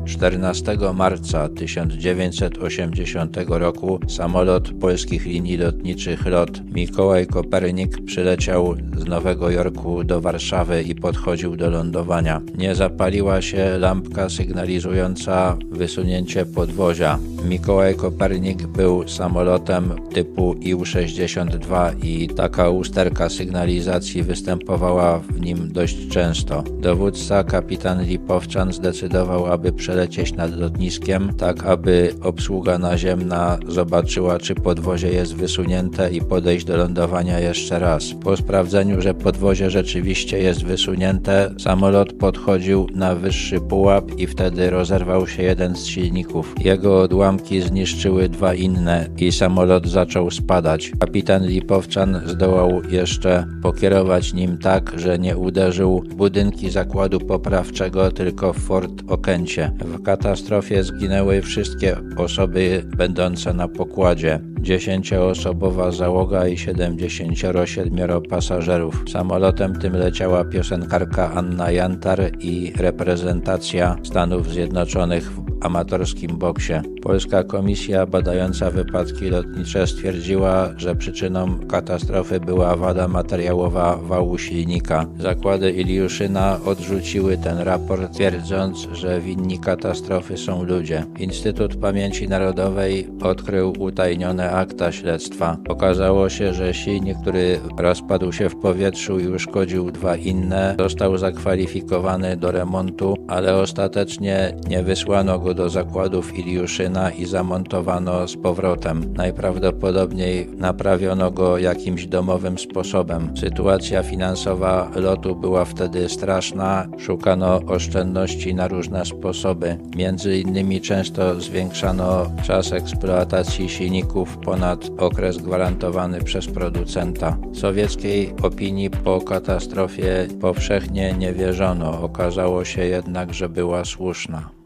14 marca 1980 roku samolot Polskich Linii Lotniczych LOT Mikołaj Kopernik przyleciał z Nowego Jorku do Warszawy i podchodził do lądowania. Nie zapaliła się lampka sygnalizująca wysunięcie podwozia. Mikołaj Kopernik był samolotem typu IU-62 i taka usterka sygnalizacji występowała w nim dość często. Dowódca, kapitan Lipowczan, zdecydował, aby przelecieć nad lotniskiem, tak aby obsługa naziemna zobaczyła, czy podwozie jest wysunięte i podejść do lądowania jeszcze raz. Po sprawdzeniu, że podwozie rzeczywiście jest wysunięte, samolot podchodził na wyższy pułap i wtedy rozerwał się jeden z silników. Jego odłamki zniszczyły dwa inne i samolot zaczął spadać. Kapitan Lipowczan zdołał jeszcze pokierować nim tak, że nie uderzył w budynki zakładu poprawczego, tylko w Fort Okęcie. W katastrofie zginęły wszystkie osoby będące na pokładzie. 10-osobowa załoga i 77 pasażerów. Samolotem tym leciała piosenkarka Anna Jantar i reprezentacja Stanów Zjednoczonych w amatorskim boksie. Polska Komisja badająca wypadki lotnicze stwierdziła, że przyczyną katastrofy była wada materiałowa wału silnika. Zakłady Iliuszyna odrzuciły ten raport, twierdząc, że winni katastrofy są ludzie. Instytut Pamięci Narodowej odkrył utajnione akta śledztwa. Okazało się, że silnik, który rozpadł się w powietrzu i uszkodził dwa inne, został zakwalifikowany do remontu, ale ostatecznie nie wysłano go do zakładów Iliuszyna i zamontowano z powrotem. Najprawdopodobniej naprawiono go jakimś domowym sposobem. Sytuacja finansowa lotu była wtedy straszna. Szukano oszczędności na różne sposoby. Między innymi często zwiększano czas eksploatacji silników ponad okres gwarantowany przez producenta. Sowieckiej opinii po katastrofie powszechnie nie wierzono. Okazało się jednak, że była słuszna.